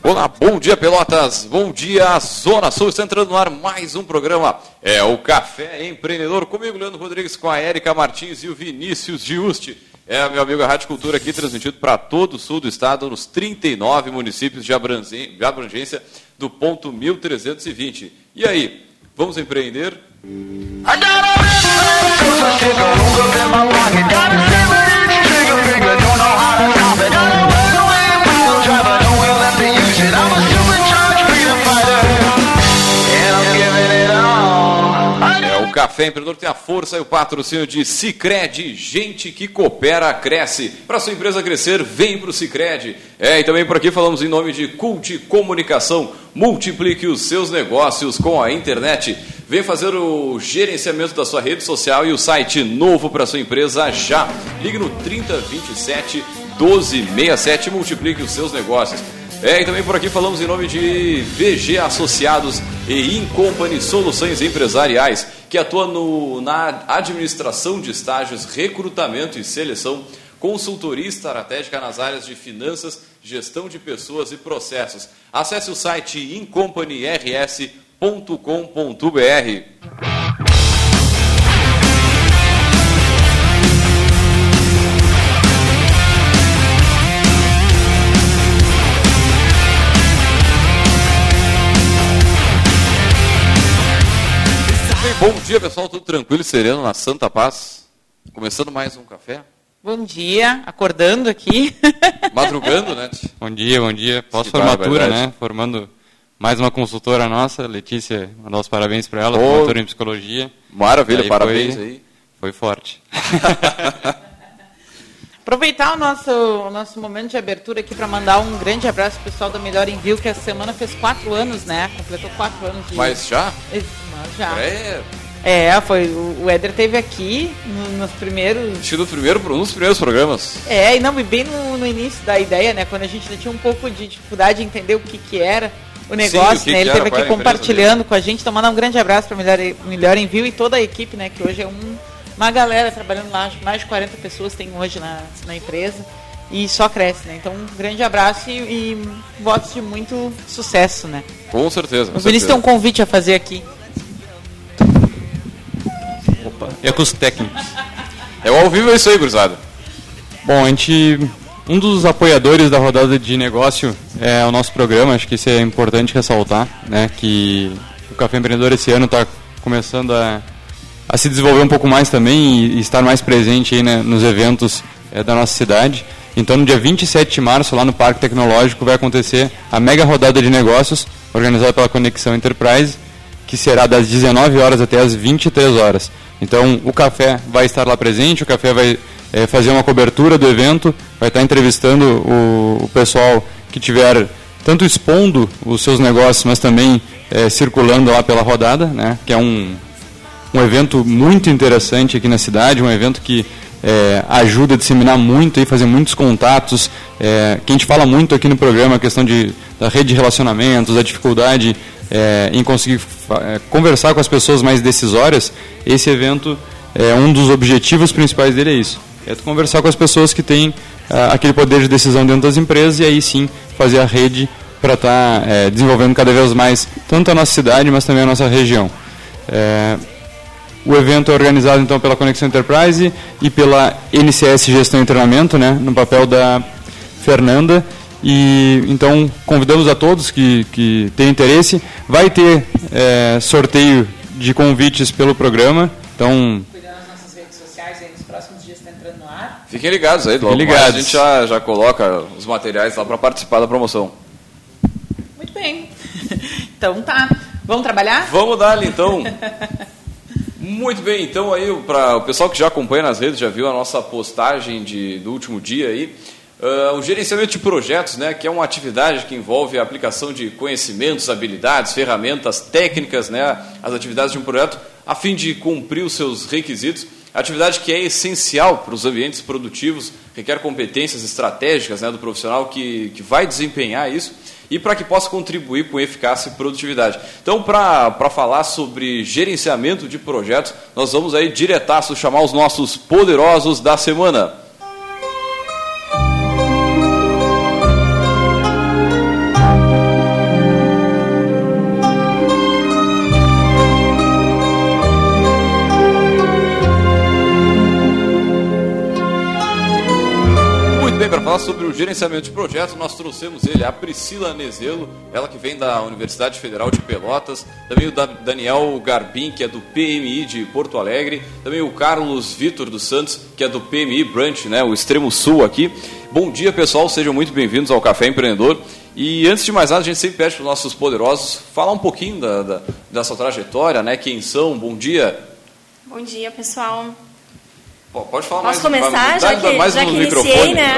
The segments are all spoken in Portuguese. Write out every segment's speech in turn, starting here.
Olá, bom dia Pelotas, bom dia Zona Sul, está entrando no ar mais um programa, é o Café Empreendedor, comigo Leandro Rodrigues, com a Érica Martins e o Vinícius Giusti. É, meu amigo, a Rádio Cultura aqui transmitido para todo o sul do estado, nos 39 municípios de abrangência do ponto 1320. E aí, vamos empreender? O Café Empreendedor tem a força e o patrocínio de Sicredi, gente que coopera, cresce. Para sua empresa crescer, vem para o Sicredi. E também por aqui falamos em nome de Cult Comunicação. Multiplique os seus negócios com a internet. Vem fazer o gerenciamento da sua rede social e o site novo para sua empresa já. Ligue no 3027 1267 e multiplique os seus negócios. E também por aqui falamos em nome de VG Associados e Incompany Soluções Empresariais, que atua na administração de estágios, recrutamento e seleção, consultoria estratégica nas áreas de finanças, gestão de pessoas e processos. Acesse o site incompanyrs.com.br. Bom dia, pessoal, tudo tranquilo e sereno na Santa Paz. Começando mais um café. Bom dia, acordando aqui. Madrugando, né? Bom dia. Pós-formatura, né? Formando mais uma consultora nossa, Letícia, mandar os parabéns para ela, formatura em psicologia. Maravilha, aí parabéns aí. Foi forte. Aproveitar o nosso momento de abertura aqui para mandar um grande abraço pro pessoal da Melhor Envio, que essa semana fez 4 anos, né? Completou 4 anos de... Mas já? Já. Foi. O Éder esteve aqui nos primeiros... Acho que nos primeiros programas. E bem no início da ideia, né? Quando a gente tinha um pouco de dificuldade de entender o que era o negócio, sim, né? Ele esteve aqui compartilhando com a gente. Então, mandar um grande abraço para Melhor Envio e toda a equipe, né? Que hoje é uma galera trabalhando lá, acho que mais de 40 pessoas tem hoje na empresa. E só cresce, né? Então, um grande abraço e votos de muito sucesso, né? Com certeza. O Vinícius tem um convite a fazer aqui. Opa, e com os técnicos. É o ao vivo, é isso aí, gurizada. Bom, um dos apoiadores da rodada de negócio é o nosso programa, acho que isso é importante ressaltar, né? Que o Café Empreendedor esse ano está começando a se desenvolver um pouco mais também e estar mais presente aí, né, nos eventos da nossa cidade. Então, no dia 27 de março, lá no Parque Tecnológico, vai acontecer a mega rodada de negócios, organizada pela Conexão Enterprise, que será das 19 horas até as 23 horas. Então, o Café vai estar lá presente, o Café vai fazer uma cobertura do evento, vai estar entrevistando o pessoal que tiver tanto expondo os seus negócios, mas também circulando lá pela rodada, né, que é um evento muito interessante aqui na cidade, um evento que ajuda a disseminar muito e fazer muitos contatos, que a gente fala muito aqui no programa, a questão da rede de relacionamentos, a dificuldade em conseguir conversar com as pessoas mais decisórias. Esse evento, um dos objetivos principais dele é isso, tu conversar com as pessoas que têm aquele poder de decisão dentro das empresas e aí sim fazer a rede para estar desenvolvendo cada vez mais tanto a nossa cidade, mas também a nossa região. O evento é organizado então pela Conexão Enterprise e pela NCS Gestão e Treinamento, né, no papel da Fernanda. E então convidamos a todos que têm interesse. Vai ter sorteio de convites pelo programa. Então, cuidar das nossas redes sociais aí nos próximos dias, está entrando no ar. Fiquem ligados aí, logo mais a gente já coloca os materiais lá para participar da promoção. Muito bem. Então tá. Vamos trabalhar? Vamos dar ali então. Muito bem, então aí para o pessoal que já acompanha nas redes, já viu a nossa postagem do último dia aí, o gerenciamento de projetos, né, que é uma atividade que envolve a aplicação de conhecimentos, habilidades, ferramentas, técnicas, né, as atividades de um projeto, a fim de cumprir os seus requisitos. Atividade que é essencial para os ambientes produtivos, requer competências estratégicas, né, do profissional que vai desempenhar isso e para que possa contribuir com eficácia e produtividade. Então, para falar sobre gerenciamento de projetos, nós vamos aí diretaço chamar os nossos poderosos da semana. bem, para falar sobre o gerenciamento de projetos, nós trouxemos a Priscila Nezelo, ela que vem da Universidade Federal de Pelotas, também o Daniel Garbim, que é do PMI de Porto Alegre, também o Carlos Vitor dos Santos, que é do PMI Branch, né, o extremo sul aqui. Bom dia, pessoal, sejam muito bem-vindos ao Café Empreendedor. E antes de mais nada, a gente sempre pede para os nossos poderosos falar um pouquinho dessa trajetória, né? Quem são? Bom dia. Bom dia, pessoal. Pode falar mais. Posso começar? Já que iniciei, né?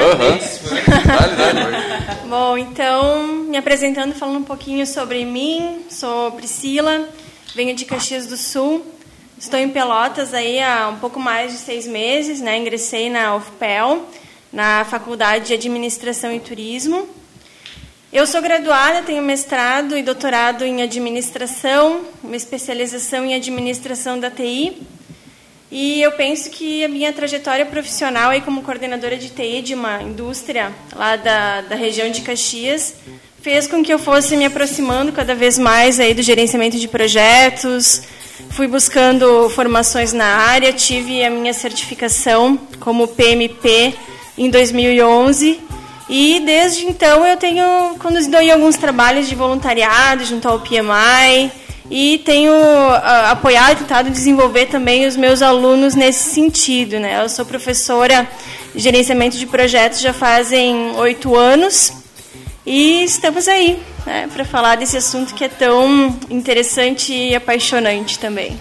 Dale. Bom, então, me apresentando, falando um pouquinho sobre mim. Sou Priscila, venho de Caxias do Sul. Estou em Pelotas aí há um pouco mais de 6 meses, né? Ingressei na UFPEL, na Faculdade de Administração e Turismo. Eu sou graduada, tenho mestrado e doutorado em administração, uma especialização em administração da TI. E eu penso que a minha trajetória profissional aí como coordenadora de TI de uma indústria lá da região de Caxias fez com que eu fosse me aproximando cada vez mais aí do gerenciamento de projetos. Fui buscando formações na área, tive a minha certificação como PMP em 2011. E desde então eu tenho conduzido aí alguns trabalhos de voluntariado junto ao PMI e tenho apoiado e tentado desenvolver também os meus alunos nesse sentido, né? Eu sou professora de gerenciamento de projetos já fazem 8 anos e estamos aí, né, para falar desse assunto que é tão interessante e apaixonante também.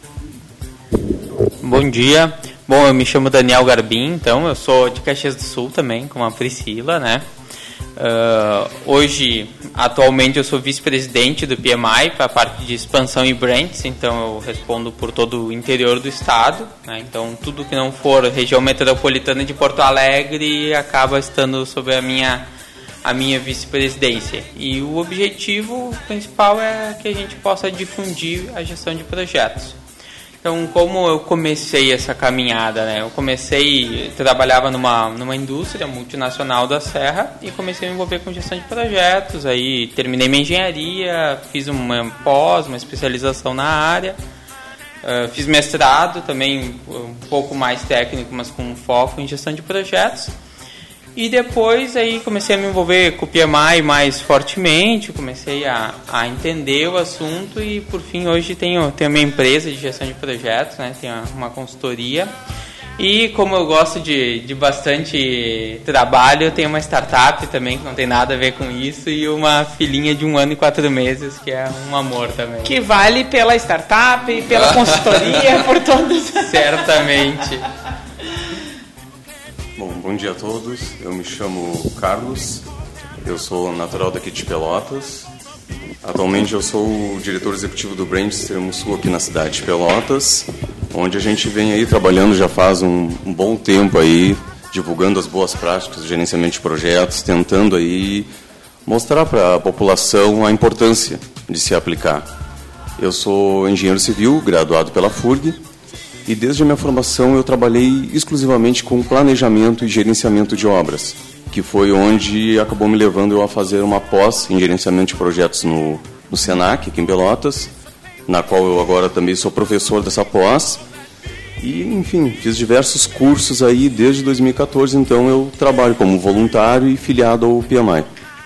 Bom dia. Bom, eu me chamo Daniel Garbim, então eu sou de Caxias do Sul também, como a Priscila, né? Hoje, atualmente, eu sou vice-presidente do PMI para a parte de expansão e brands, então eu respondo por todo o interior do estado, né? Então tudo que não for região metropolitana de Porto Alegre acaba estando sob a minha vice-presidência. E o objetivo principal é que a gente possa difundir a gestão de projetos. Então, como eu comecei essa caminhada, né? Trabalhava numa indústria multinacional da Serra e comecei a me envolver com gestão de projetos. Aí terminei minha engenharia, fiz uma uma especialização na área, fiz mestrado também, um pouco mais técnico, mas com foco em gestão de projetos. E depois aí comecei a me envolver com o PMI mais fortemente, comecei a entender o assunto e por fim hoje tenho a minha empresa de gestão de projetos, né? Tenho uma consultoria e como eu gosto de bastante trabalho, eu tenho uma startup também que não tem nada a ver com isso e uma filhinha de 1 ano e 4 meses que é um amor também. Que vale pela startup, pela consultoria, por todos. Certamente. Bom dia a todos, eu me chamo Carlos, eu sou natural daqui de Pelotas. Atualmente eu sou o diretor executivo do Brand Extremo Sul aqui na cidade de Pelotas, onde a gente vem aí trabalhando já faz um bom tempo aí, divulgando as boas práticas de gerenciamento de projetos, tentando aí mostrar para a população a importância de se aplicar. Eu sou engenheiro civil, graduado pela FURG, e desde a minha formação eu trabalhei exclusivamente com planejamento e gerenciamento de obras, que foi onde acabou me levando eu a fazer uma pós em gerenciamento de projetos no Senac, aqui em Pelotas, na qual eu agora também sou professor dessa pós. E, enfim, fiz diversos cursos aí desde 2014, então eu trabalho como voluntário e filiado ao PMI.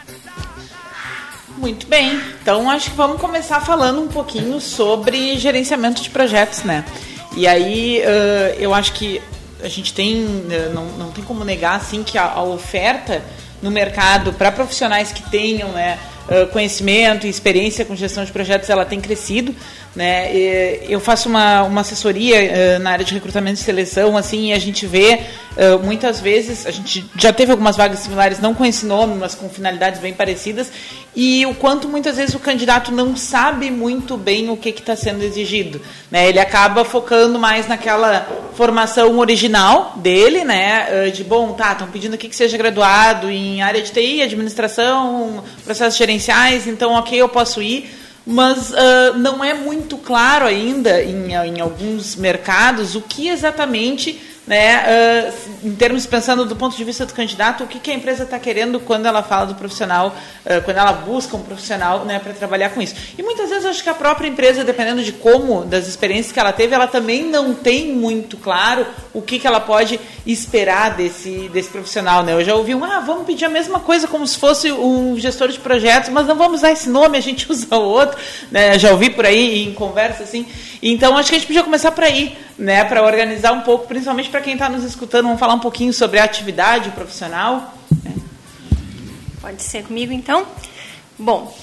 Muito bem, então acho que vamos começar falando um pouquinho sobre gerenciamento de projetos, né? E aí eu acho que a gente tem, não tem como negar assim, que a oferta no mercado para profissionais que tenham, né, conhecimento e experiência com gestão de projetos, ela tem crescido, né? Eu faço uma assessoria na área de recrutamento e seleção, assim, e a gente vê muitas vezes, a gente já teve algumas vagas similares, não com esse nome, mas com finalidades bem parecidas, e o quanto muitas vezes o candidato não sabe muito bem o que está sendo exigido, né? Ele acaba focando mais naquela formação original dele, né? De bom, estão pedindo aqui que seja graduado em área de TI, administração, processos gerenciais, então ok, eu posso ir, mas não é muito claro ainda em alguns mercados o que exatamente né, em termos, pensando do ponto de vista do candidato, o que a empresa está querendo quando ela fala do profissional, quando ela busca um profissional, né, para trabalhar com isso. E muitas vezes eu acho que a própria empresa, dependendo de como, das experiências que ela teve, ela também não tem muito claro o que ela pode esperar desse profissional, né? Eu já ouvi vamos pedir a mesma coisa como se fosse um gestor de projetos, mas não vamos usar esse nome, a gente usa o outro, né? Já ouvi por aí em conversa assim. Então acho que a gente podia começar por aí, né, para organizar um pouco, principalmente para quem está nos escutando, vamos falar um pouquinho sobre a atividade profissional. Né? Pode ser comigo, então? Bom,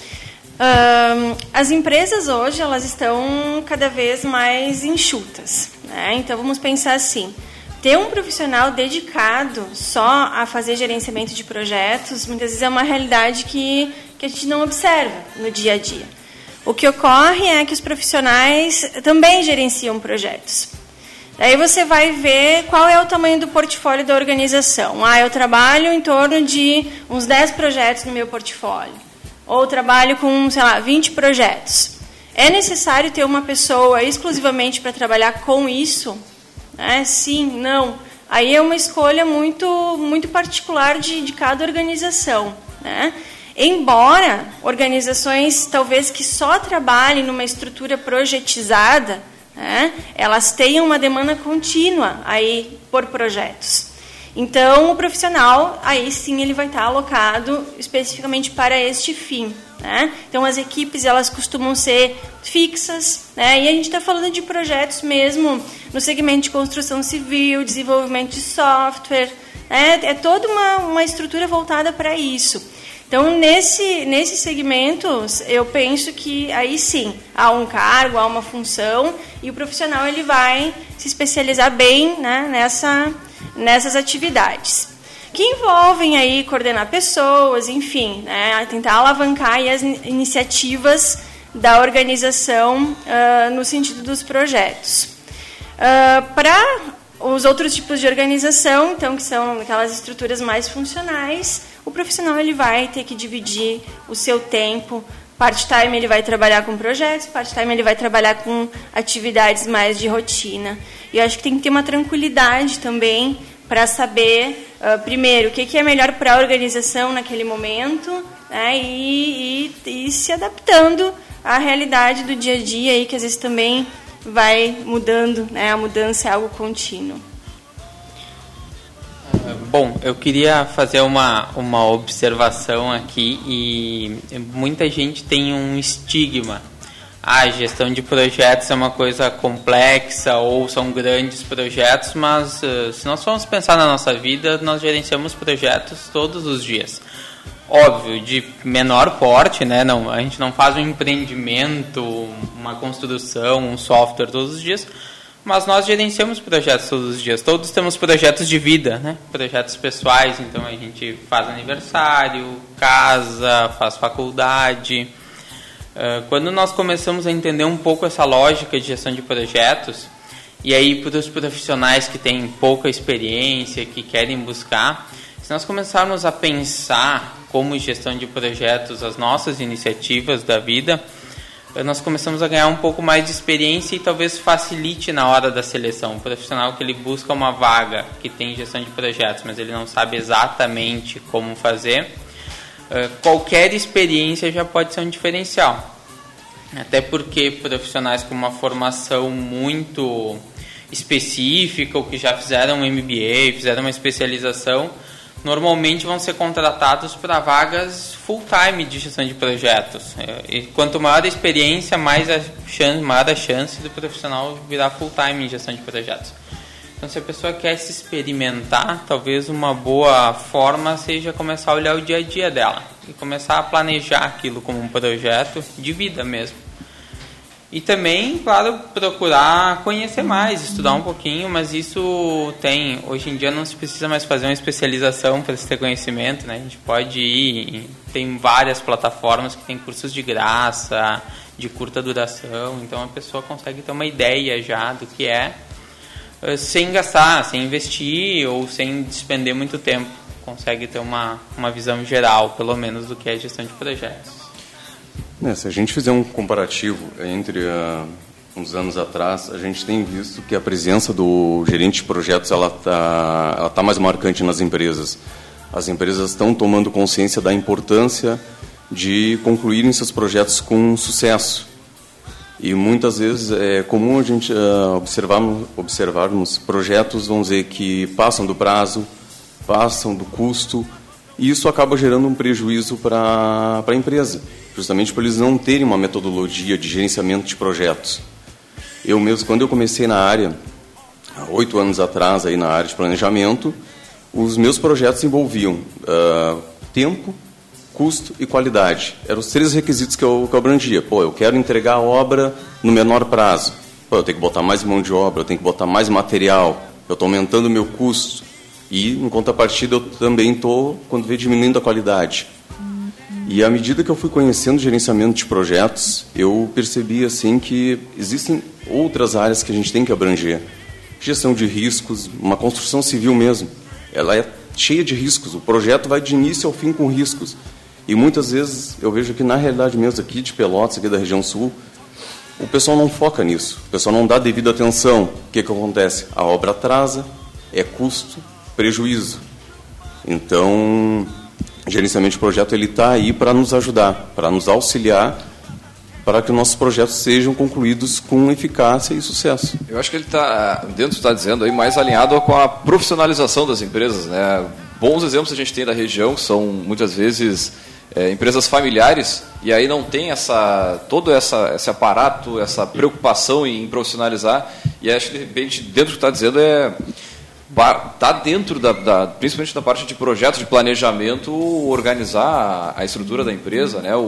as empresas hoje, elas estão cada vez mais enxutas, né? Então vamos pensar assim, ter um profissional dedicado só a fazer gerenciamento de projetos, muitas vezes é uma realidade que a gente não observa no dia a dia. O que ocorre é que os profissionais também gerenciam projetos. Daí você vai ver qual é o tamanho do portfólio da organização. Eu trabalho em torno de uns 10 projetos no meu portfólio. Ou trabalho com, 20 projetos. É necessário ter uma pessoa exclusivamente para trabalhar com isso? Sim, não. Aí é uma escolha muito, muito particular de cada organização, né? Embora organizações talvez que só trabalhem numa estrutura projetizada, né, elas tenham uma demanda contínua aí por projetos. Então, o profissional, aí sim, ele vai estar alocado especificamente para este fim, né? Então, as equipes, elas costumam ser fixas, né? E a gente está falando de projetos mesmo no segmento de construção civil, desenvolvimento de software, né? É toda uma estrutura voltada para isso. Então, nesses segmentos, eu penso que aí sim, há um cargo, há uma função, e o profissional ele vai se especializar bem, né, nessas atividades. Que envolvem aí coordenar pessoas, enfim, né, tentar alavancar aí as iniciativas da organização no sentido dos projetos. Para os outros tipos de organização, então, que são aquelas estruturas mais funcionais, o profissional ele vai ter que dividir o seu tempo. Part-time ele vai trabalhar com projetos, part-time ele vai trabalhar com atividades mais de rotina. E eu acho que tem que ter uma tranquilidade também para saber, primeiro, o que é melhor para a organização naquele momento, né, e se adaptando à realidade do dia a dia, aí, que às vezes também vai mudando, né, a mudança é algo contínuo. Bom, eu queria fazer uma observação aqui, e muita gente tem um estigma. A gestão de projetos é uma coisa complexa, ou são grandes projetos, mas se nós formos pensar na nossa vida, nós gerenciamos projetos todos os dias. Óbvio, de menor porte, né? Não, a gente não faz um empreendimento, uma construção, um software todos os dias, mas nós gerenciamos projetos todos os dias. Todos temos projetos de vida, né? Projetos pessoais, então a gente faz aniversário, casa, faz faculdade. Quando nós começamos a entender um pouco essa lógica de gestão de projetos, e aí para os profissionais que têm pouca experiência, que querem buscar, se nós começarmos a pensar como gestão de projetos, as nossas iniciativas da vida, nós começamos a ganhar um pouco mais de experiência e talvez facilite na hora da seleção. O profissional que ele busca uma vaga que tem gestão de projetos, mas ele não sabe exatamente como fazer, qualquer experiência já pode ser um diferencial. Até porque profissionais com uma formação muito específica, ou que já fizeram um MBA, fizeram uma especialização, normalmente vão ser contratados para vagas full-time de gestão de projetos. E quanto maior a experiência, maior a chance do profissional virar full-time em gestão de projetos. Então, se a pessoa quer se experimentar, talvez uma boa forma seja começar a olhar o dia a dia dela e começar a planejar aquilo como um projeto de vida mesmo. E também, claro, procurar conhecer mais, estudar um pouquinho, mas isso hoje em dia não se precisa mais fazer uma especialização para se ter conhecimento, né? A gente pode ir, tem várias plataformas que tem cursos de graça, de curta duração, então a pessoa consegue ter uma ideia já do que é, sem gastar, sem investir ou sem despender muito tempo. Consegue ter uma visão geral, pelo menos, do que é gestão de projetos. Se a gente fizer um comparativo entre uns anos atrás, a gente tem visto que a presença do gerente de projetos ela tá mais marcante nas empresas. As empresas estão tomando consciência da importância de concluírem seus projetos com sucesso. E muitas vezes é comum a gente observarmos projetos, vamos dizer, que passam do prazo, passam do custo, e isso acaba gerando um prejuízo para a empresa, justamente por eles não terem uma metodologia de gerenciamento de projetos. Eu mesmo, quando eu comecei na área, há 8 anos atrás, aí na área de planejamento, os meus projetos envolviam tempo, custo e qualidade. Eram os 3 requisitos que eu abrangia. Eu quero entregar a obra no menor prazo. Eu tenho que botar mais mão de obra, eu tenho que botar mais material, eu estou aumentando o meu custo. E, em contrapartida, eu também estou, quando vê, diminuindo a qualidade. E à medida que eu fui conhecendo o gerenciamento de projetos, eu percebi assim, que existem outras áreas que a gente tem que abranger. Gestão de riscos, uma construção civil mesmo. Ela é cheia de riscos, o projeto vai de início ao fim com riscos. E muitas vezes eu vejo que na realidade mesmo aqui de Pelotas, aqui da região sul, o pessoal não foca nisso, o pessoal não dá devida atenção. O que acontece? A obra atrasa, é custo, prejuízo. Então, o gerenciamento de projeto está aí para nos ajudar, para nos auxiliar, para que nossos projetos sejam concluídos com eficácia e sucesso. Eu acho que ele está, dentro do que está dizendo, aí, mais alinhado com a profissionalização das empresas, né? Bons exemplos a gente tem da região, que são muitas vezes empresas familiares, e aí não tem todo esse aparato, essa preocupação em profissionalizar, e acho que, de repente, dentro do que está dizendo, está dentro, principalmente da parte de projetos, de planejamento, organizar a estrutura da empresa, né?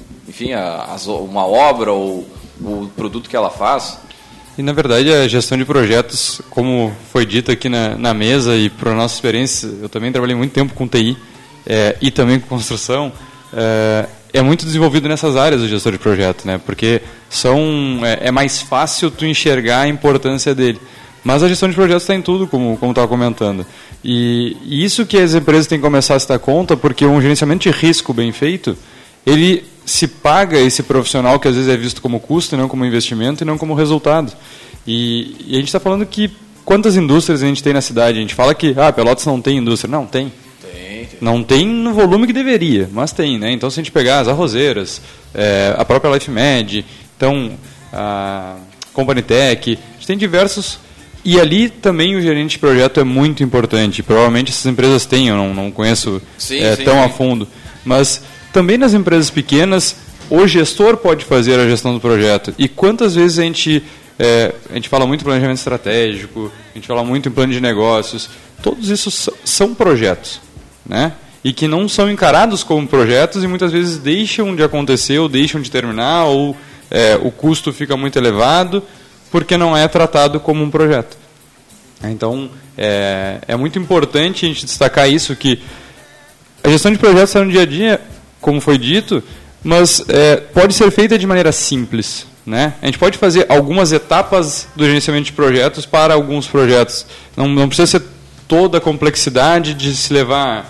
Uma obra ou o produto que ela faz. E, na verdade, a gestão de projetos, como foi dito aqui na mesa, e por nossa experiência, eu também trabalhei muito tempo com TI e também com construção, é muito desenvolvido nessas áreas do gestor de projeto, né? Porque é mais fácil tu enxergar a importância dele. Mas a gestão de projetos está em tudo, como estava comentando. E isso que as empresas têm que começar a se dar conta, porque um gerenciamento de risco bem feito, ele se paga esse profissional que às vezes é visto como custo, não como investimento e não como resultado. E a gente está falando que quantas indústrias a gente tem na cidade? A gente fala que Pelotas não tem indústria. Não, tem. Não tem no volume que deveria, mas tem, né? Então, se a gente pegar as arrozeiras, a própria LifeMed, então, a Company Tech, a gente tem diversos. E ali também o gerente de projeto é muito importante. Provavelmente essas empresas têm, eu não conheço tão a fundo. Mas também nas empresas pequenas, o gestor pode fazer a gestão do projeto. E quantas vezes a gente fala muito em planejamento estratégico, a gente fala muito em plano de negócios, todos isso são projetos, né? E que não são encarados como projetos e muitas vezes deixam de acontecer ou deixam de terminar ou o custo fica muito elevado porque não é tratado como um projeto. Então, é muito importante a gente destacar isso, que a gestão de projetos está no dia a dia, como foi dito, mas pode ser feita de maneira simples, né? A gente pode fazer algumas etapas do gerenciamento de projetos para alguns projetos. Não precisa ser toda a complexidade de se levar,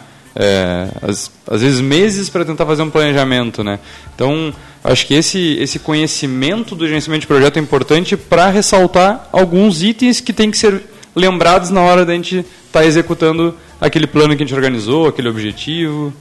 às vezes, meses para tentar fazer um planejamento, né? Então, acho que esse conhecimento do gerenciamento de projeto é importante para ressaltar alguns itens que têm que ser lembrados na hora da gente estar executando aquele plano que a gente organizou, aquele objetivo.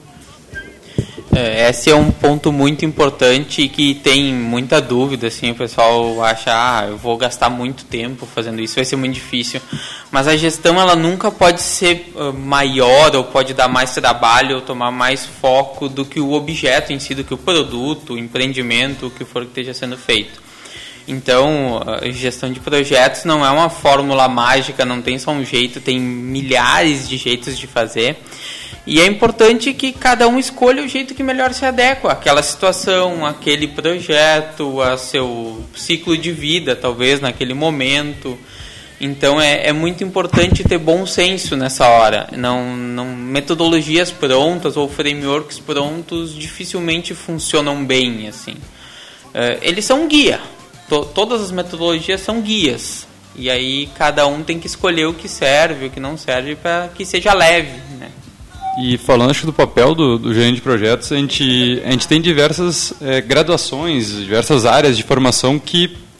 Esse é um ponto muito importante e que tem muita dúvida, assim, o pessoal acha, eu vou gastar muito tempo fazendo isso, vai ser muito difícil. Mas a gestão, ela nunca pode ser maior ou pode dar mais trabalho ou tomar mais foco do que o objeto em si, do que o produto, o empreendimento, o que for que esteja sendo feito. Então, a gestão de projetos não é uma fórmula mágica, não tem só um jeito, tem milhares de jeitos de fazer. E é importante que cada um escolha o jeito que melhor se adequa àquela situação, àquele projeto, a seu ciclo de vida, talvez, naquele momento. Então, é muito importante ter bom senso nessa hora. Metodologias prontas ou frameworks prontos dificilmente funcionam bem, assim. Eles são guia. Todas as metodologias são guias. E aí, cada um tem que escolher o que serve, o que não serve, para que seja leve, né? E falando, acho, do papel do gerente de projetos, a gente tem diversas graduações, diversas áreas de formação que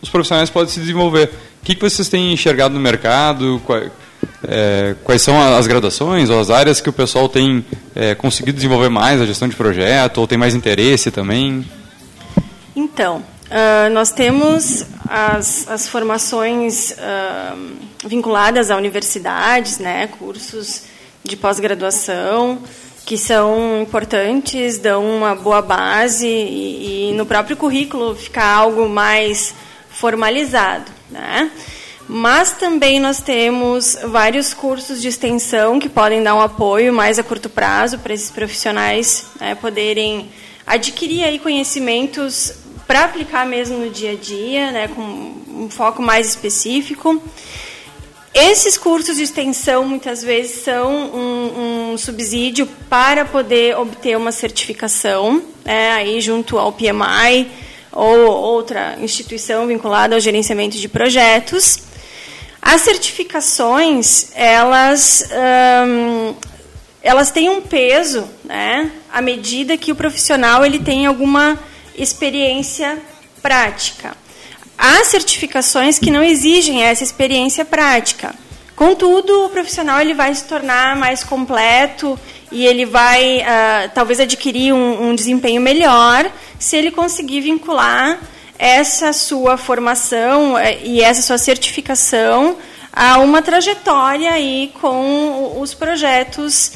os profissionais podem se desenvolver. O que vocês têm enxergado no mercado? Quais são as graduações ou as áreas que o pessoal tem conseguido desenvolver mais a gestão de projeto ou tem mais interesse também? Então, nós temos as formações vinculadas a universidades, né, cursos de pós-graduação, que são importantes, dão uma boa base e no próprio currículo fica algo mais formalizado, né? Mas também nós temos vários cursos de extensão que podem dar um apoio mais a curto prazo para esses profissionais, né, poderem adquirir aí conhecimentos para aplicar mesmo no dia a dia, né, com um foco mais específico. Esses cursos de extensão, muitas vezes, são um subsídio para poder obter uma certificação, aí junto ao PMI ou outra instituição vinculada ao gerenciamento de projetos. As certificações, elas têm um peso, né, à medida que o profissional ele tem alguma experiência prática. Há certificações que não exigem essa experiência prática. Contudo, o profissional ele vai se tornar mais completo e ele vai, talvez, adquirir um desempenho melhor se ele conseguir vincular essa sua formação e essa sua certificação a uma trajetória aí com os projetos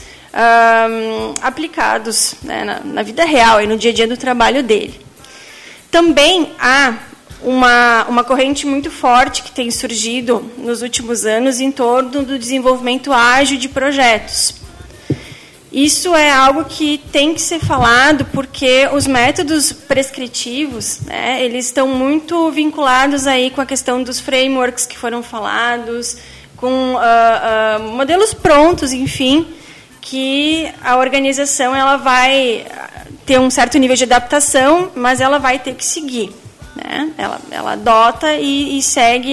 aplicados, né, na vida real e no dia a dia do trabalho dele. Também há uma corrente muito forte que tem surgido nos últimos anos em torno do desenvolvimento ágil de projetos. Isso é algo que tem que ser falado porque os métodos prescritivos, né, eles estão muito vinculados aí com a questão dos frameworks que foram falados, com modelos prontos, enfim, que a organização ela vai ter um certo nível de adaptação, mas ela vai ter que seguir. Né? Ela adota e segue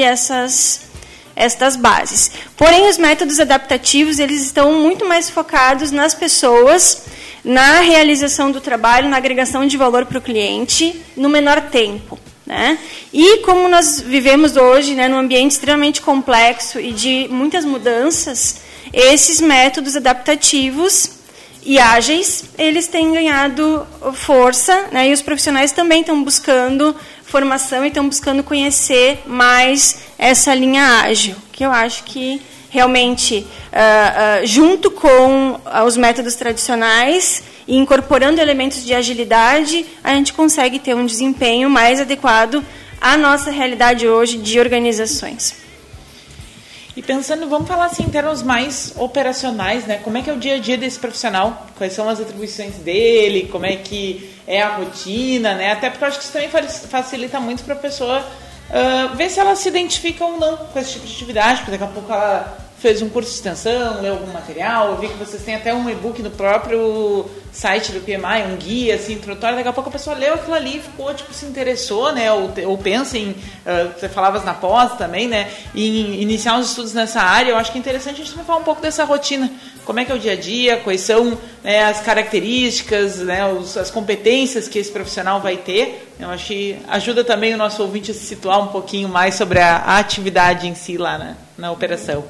estas bases. Porém, os métodos adaptativos eles estão muito mais focados nas pessoas, na realização do trabalho, na agregação de valor para o cliente, no menor tempo. Né? E como nós vivemos hoje, né, num ambiente extremamente complexo e de muitas mudanças, esses métodos adaptativos e ágeis, eles têm ganhado força, né, e os profissionais também estão buscando formação e estão buscando conhecer mais essa linha ágil, que eu acho que realmente, junto com os métodos tradicionais e incorporando elementos de agilidade, a gente consegue ter um desempenho mais adequado à nossa realidade hoje de organizações. E pensando, vamos falar assim em termos mais operacionais, né? Como é que é o dia a dia desse profissional? Quais são as atribuições dele? Como é que é a rotina, né? Até porque eu acho que isso também facilita muito para a pessoa ver se ela se identifica ou não com esse tipo de atividade, porque daqui a pouco ela fez um curso de extensão, leu algum material, eu vi que vocês têm até um e-book no próprio site do PMI, um guia assim, introdutório, daqui a pouco a pessoa leu aquilo ali e ficou, tipo, se interessou, né, ou pensa em, você falavas na pós também, né, em iniciar os estudos nessa área. Eu acho que é interessante a gente também falar um pouco dessa rotina, como é que é o dia a dia, quais são, né, as características, né, as competências que esse profissional vai ter. Eu acho que ajuda também o nosso ouvinte a se situar um pouquinho mais sobre a atividade em si lá na operação.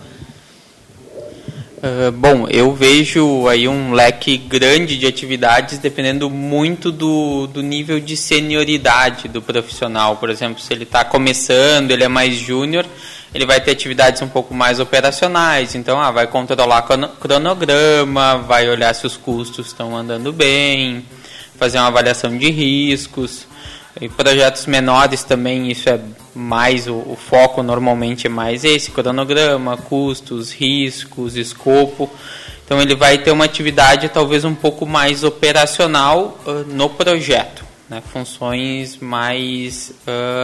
Bom, eu vejo aí um leque grande de atividades dependendo muito do nível de senioridade do profissional. Por exemplo, se ele está começando, ele é mais júnior, ele vai ter atividades um pouco mais operacionais. Então, vai controlar cronograma, vai olhar se os custos estão andando bem, fazer uma avaliação de riscos. Em projetos menores também isso é mais, o foco normalmente é mais esse, cronograma, custos, riscos, escopo. Então ele vai ter uma atividade talvez um pouco mais operacional no projeto, né? Funções mais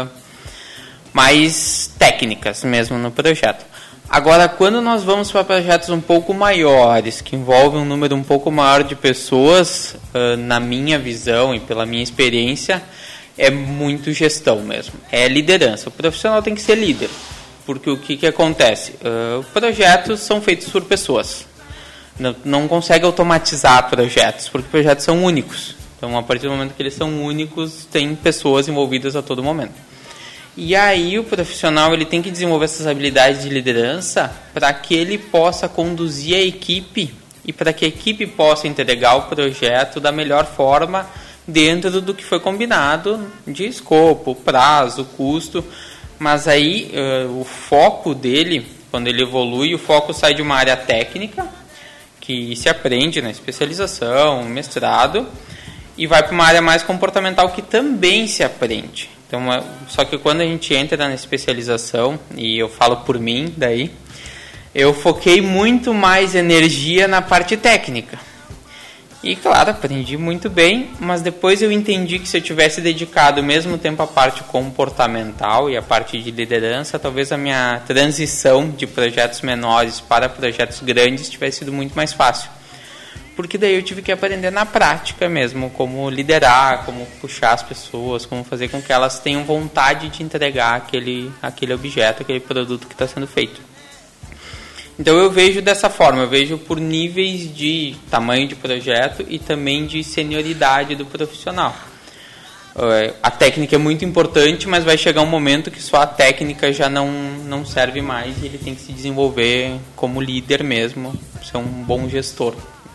técnicas mesmo no projeto. Agora, quando nós vamos para projetos um pouco maiores, que envolvem um número um pouco maior de pessoas, na minha visão e pela minha experiência, é muito gestão mesmo, é liderança. O profissional tem que ser líder, porque o que acontece? Projetos são feitos por pessoas, não consegue automatizar projetos, porque projetos são únicos. Então, a partir do momento que eles são únicos, tem pessoas envolvidas a todo momento. E aí o profissional ele tem que desenvolver essas habilidades de liderança para que ele possa conduzir a equipe e para que a equipe possa entregar o projeto da melhor forma dentro do que foi combinado de escopo, prazo, custo. Mas aí o foco dele, quando ele evolui, o foco sai de uma área técnica, que se aprende na especialização, mestrado, e vai para uma área mais comportamental, que também se aprende. Então, só que quando a gente entra na especialização, e eu falo por mim daí, eu foquei muito mais energia na parte técnica. E, claro, aprendi muito bem, mas depois eu entendi que se eu tivesse dedicado o mesmo tempo à parte comportamental e à parte de liderança, talvez a minha transição de projetos menores para projetos grandes tivesse sido muito mais fácil. Porque daí eu tive que aprender na prática mesmo, como liderar, como puxar as pessoas, como fazer com que elas tenham vontade de entregar aquele objeto, aquele produto que está sendo feito. Então eu vejo dessa forma, eu vejo por níveis de tamanho de projeto e também de senioridade do profissional. A técnica é muito importante, mas vai chegar um momento que só a técnica já não serve mais e ele tem que se desenvolver como líder mesmo, ser um bom gestor.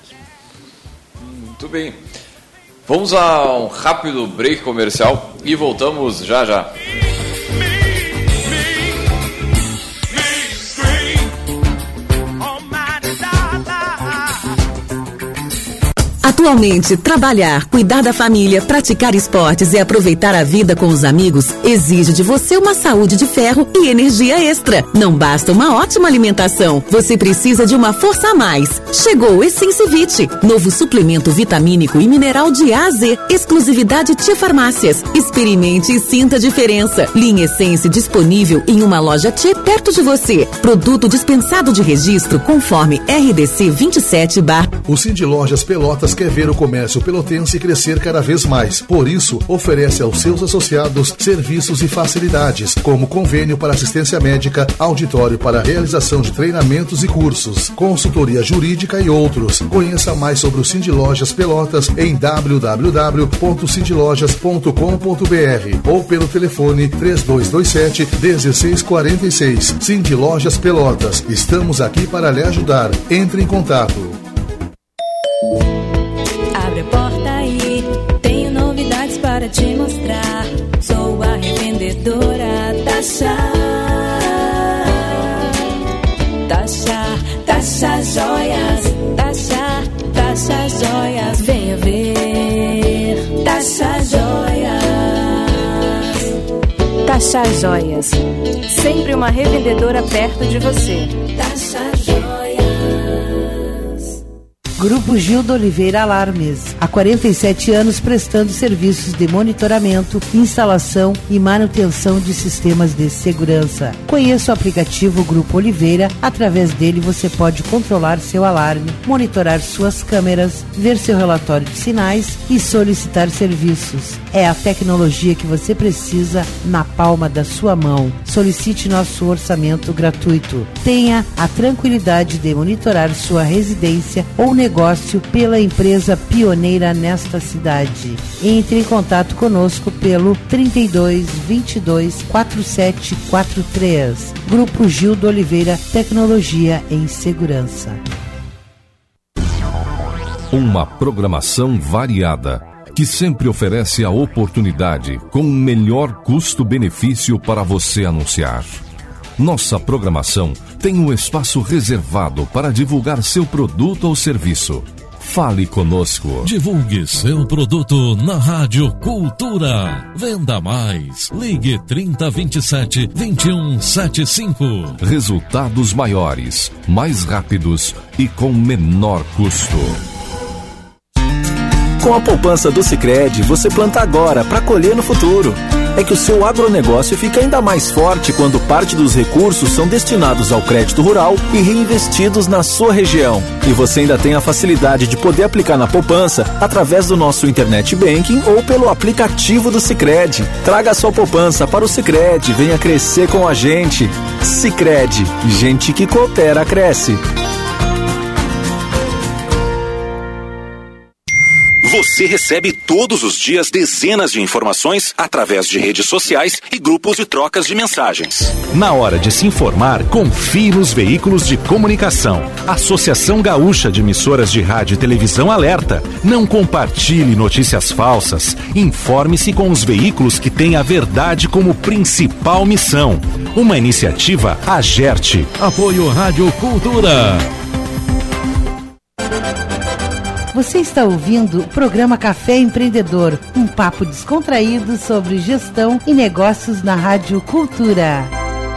Muito bem. Vamos a um rápido break comercial e voltamos já já. Atualmente, trabalhar, cuidar da família, praticar esportes e aproveitar a vida com os amigos exige de você uma saúde de ferro e energia extra. Não basta uma ótima alimentação, você precisa de uma força a mais. Chegou o Essence-Vit, novo suplemento vitamínico e mineral de A a Z, exclusividade Tia Farmácias. Experimente e sinta a diferença. Linha Essence disponível em uma loja Tia perto de você. Produto dispensado de registro conforme RDC 27/. O Cindy Lojas Pelotas quer ver o comércio pelotense crescer cada vez mais. Por isso, oferece aos seus associados serviços e facilidades, como convênio para assistência médica, auditório para realização de treinamentos e cursos, consultoria jurídica e outros. Conheça mais sobre o Cindy Lojas Pelotas em www.cindylojas.com.br ou pelo telefone 3227-1646. Cindy Lojas Pelotas. Estamos aqui para lhe ajudar. Entre em contato. Abre a porta aí, tenho novidades para te mostrar. Sou a revendedora Tasha. Tasha Joias. Tasha Joias. Venha ver. Tasha Joias. Tasha Joias. Sempre uma revendedora perto de você. Tasha Joias. Grupo Gildo Oliveira Alarmes, há 47 anos prestando serviços de monitoramento, instalação e manutenção de sistemas de segurança. Conheça o aplicativo Grupo Oliveira, através dele você pode controlar seu alarme, monitorar suas câmeras, ver seu relatório de sinais e solicitar serviços. É a tecnologia que você precisa na palma da sua mão. Solicite nosso orçamento gratuito. Tenha a tranquilidade de monitorar sua residência ou negócio pela empresa pioneira nesta cidade. Entre em contato conosco pelo 32 22 4743. Grupo Gildo Oliveira, Tecnologia em Segurança. Uma programação variada, que sempre oferece a oportunidade com o melhor custo-benefício para você anunciar. Nossa programação tem um espaço reservado para divulgar seu produto ou serviço. Fale conosco. Divulgue seu produto na Rádio Cultura. Venda mais. Ligue 3027-2175. Resultados maiores, mais rápidos e com menor custo. Com a poupança do Sicredi, você planta agora para colher no futuro. É que o seu agronegócio fica ainda mais forte quando parte dos recursos são destinados ao crédito rural e reinvestidos na sua região. E você ainda tem a facilidade de poder aplicar na poupança através do nosso Internet Banking ou pelo aplicativo do Sicredi. Traga a sua poupança para o Sicredi, venha crescer com a gente. Sicredi, gente que coopera, cresce. Você recebe todos os dias dezenas de informações através de redes sociais e grupos de trocas de mensagens. Na hora de se informar, confie nos veículos de comunicação. Associação Gaúcha de Emissoras de Rádio e Televisão alerta. Não compartilhe notícias falsas. Informe-se com os veículos que têm a verdade como principal missão. Uma iniciativa Agerte. Apoio Rádio Cultura. Você está ouvindo o programa Café Empreendedor, um papo descontraído sobre gestão e negócios na Rádio Cultura.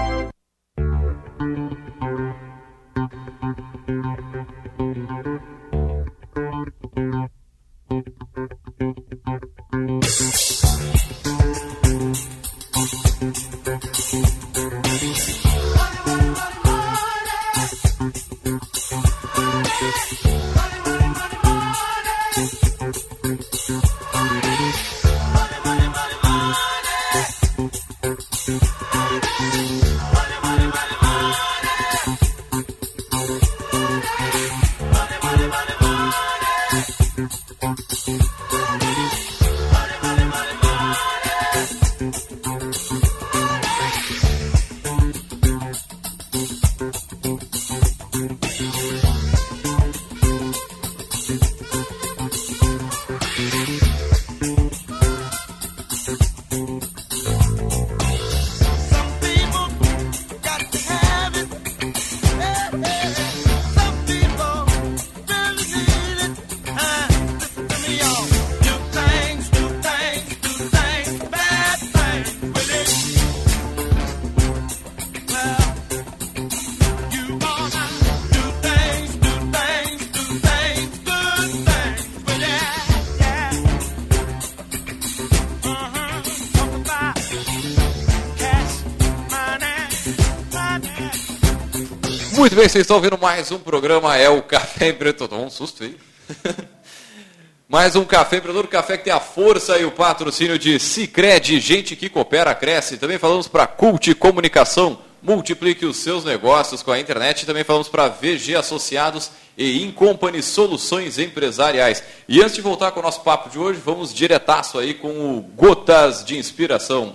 Muito bem, vocês estão ouvindo mais um programa, é o Café Empreendedor. Um susto aí. Mais um Café Empreendedor, café que tem a força e o patrocínio de Sicredi, gente que coopera, cresce. Também falamos para Cult Comunicação, multiplique os seus negócios com a internet. Também falamos para VG Associados e Incompany Soluções Empresariais. E antes de voltar com o nosso papo de hoje, vamos diretaço aí com o Gotas de Inspiração.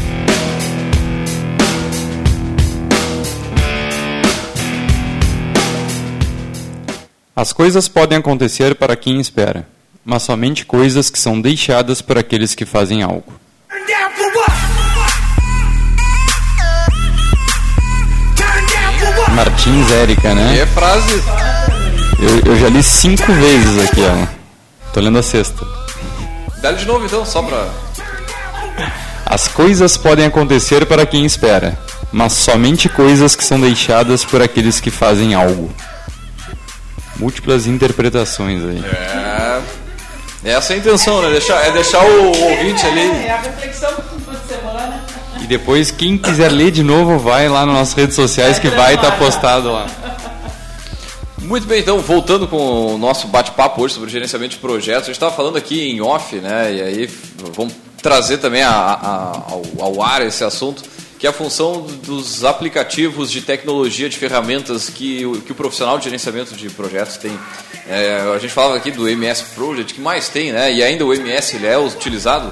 As coisas podem acontecer para quem espera, mas somente coisas que são deixadas por aqueles que fazem algo. Martins Érica, né? E é frase. Eu já li 5 vezes aqui, ó. Tô lendo a sexta. Dá de novo então, só pra... As coisas podem acontecer para quem espera, mas somente coisas que são deixadas por aqueles que fazem algo. Múltiplas interpretações aí. Essa é a intenção, né? Deixar o ouvinte ali. É a reflexão do fim de semana. E depois, quem quiser ler de novo, vai lá nas nossas redes sociais que vai estar postado lá. Muito bem, então, voltando com o nosso bate-papo hoje sobre gerenciamento de projetos, a gente estava falando aqui em off, né? E aí vamos trazer também ao ar esse assunto, que é a função dos aplicativos de tecnologia, de ferramentas que o profissional de gerenciamento de projetos tem. A gente falava aqui do MS Project, que mais tem, né? E ainda o MS ele é utilizado?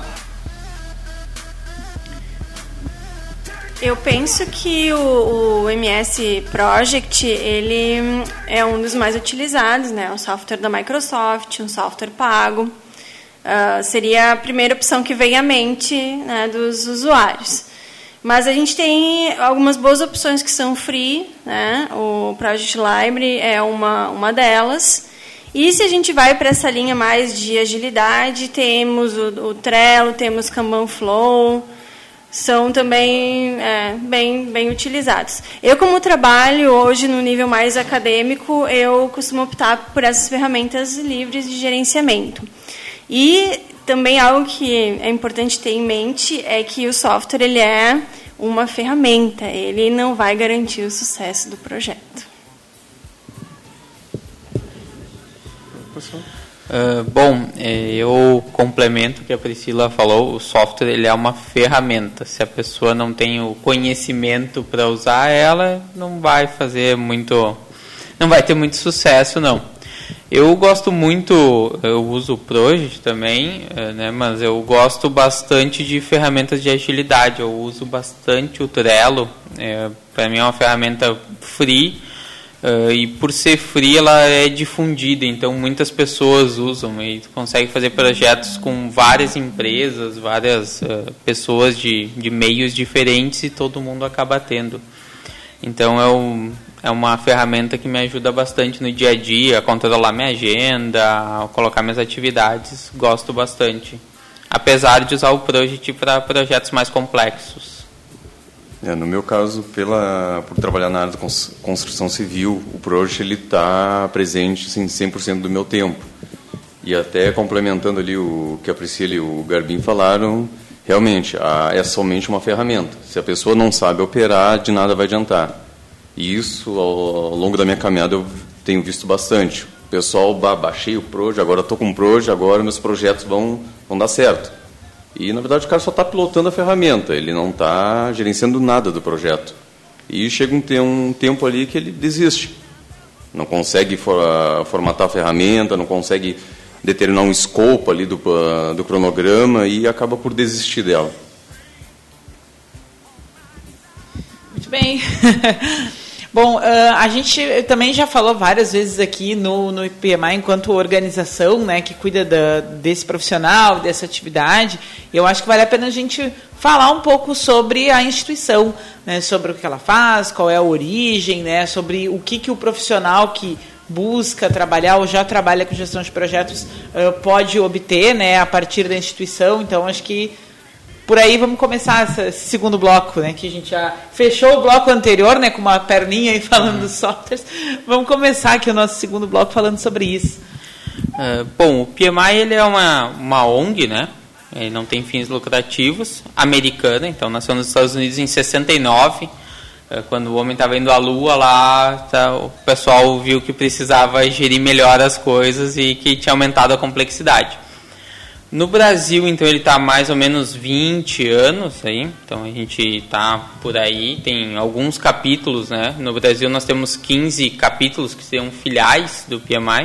Eu penso que o MS Project ele é um dos mais utilizados, né? Um software da Microsoft, um software pago. Seria a primeira opção que vem à mente, né, dos usuários. Mas a gente tem algumas boas opções que são free, né? O Project Library é uma delas. E se a gente vai para essa linha mais de agilidade, temos o Trello, temos o Kanban Flow, são também bem utilizados. Eu, como trabalho hoje no nível mais acadêmico, eu costumo optar por essas ferramentas livres de gerenciamento. E também algo que é importante ter em mente é que o software ele é uma ferramenta, ele não vai garantir o sucesso do projeto. Bom, eu complemento o que a Priscila falou. O software ele é uma ferramenta. Se a pessoa não tem o conhecimento para usar ela, não vai ter muito sucesso, não. Eu gosto muito, eu uso o Project também, né, mas eu gosto bastante de ferramentas de agilidade. Eu uso bastante o Trello, para mim é uma ferramenta free, e por ser free ela é difundida, então muitas pessoas usam e consegue fazer projetos com várias empresas, várias pessoas de meios diferentes e todo mundo acaba tendo. Então é uma ferramenta que me ajuda bastante no dia a dia, a controlar minha agenda, a colocar minhas atividades, gosto bastante. Apesar de usar o Project para projetos mais complexos. No meu caso, por trabalhar na área de construção civil, o Project está presente assim, 100% do meu tempo. E até complementando ali o que a Priscila e o Garbim falaram, realmente, é somente uma ferramenta. Se a pessoa não sabe operar, de nada vai adiantar. E isso, ao longo da minha caminhada, eu tenho visto bastante. O pessoal, baixei o Project, agora estou com o Project, agora meus projetos vão dar certo. E, na verdade, o cara só está pilotando a ferramenta, ele não está gerenciando nada do projeto. E chega um tempo ali que ele desiste. Não consegue formatar a ferramenta, não consegue determinar um escopo ali do cronograma e acaba por desistir dela. Muito bem. Bom, a gente também já falou várias vezes aqui no PMI, enquanto organização, né, que cuida desse profissional, dessa atividade. Eu acho que vale a pena a gente falar um pouco sobre a instituição, né, sobre o que ela faz, qual é a origem, né, sobre o que o profissional que busca trabalhar ou já trabalha com gestão de projetos pode obter, né, a partir da instituição. Então, acho que por aí vamos começar esse segundo bloco, né, que a gente já fechou o bloco anterior, né, com uma perninha aí falando dos softwares. Vamos começar aqui o nosso segundo bloco falando sobre isso. Bom, o PMI ele é uma ONG, né, ele não tem fins lucrativos, americana, então nasceu nos Estados Unidos em 69, quando o homem estava indo à Lua, lá o pessoal viu que precisava gerir melhor as coisas e que tinha aumentado a complexidade. No Brasil, então, ele está há mais ou menos 20 anos, aí, então a gente está por aí, tem alguns capítulos, né? No Brasil nós temos 15 capítulos que seriam filiais do PMI,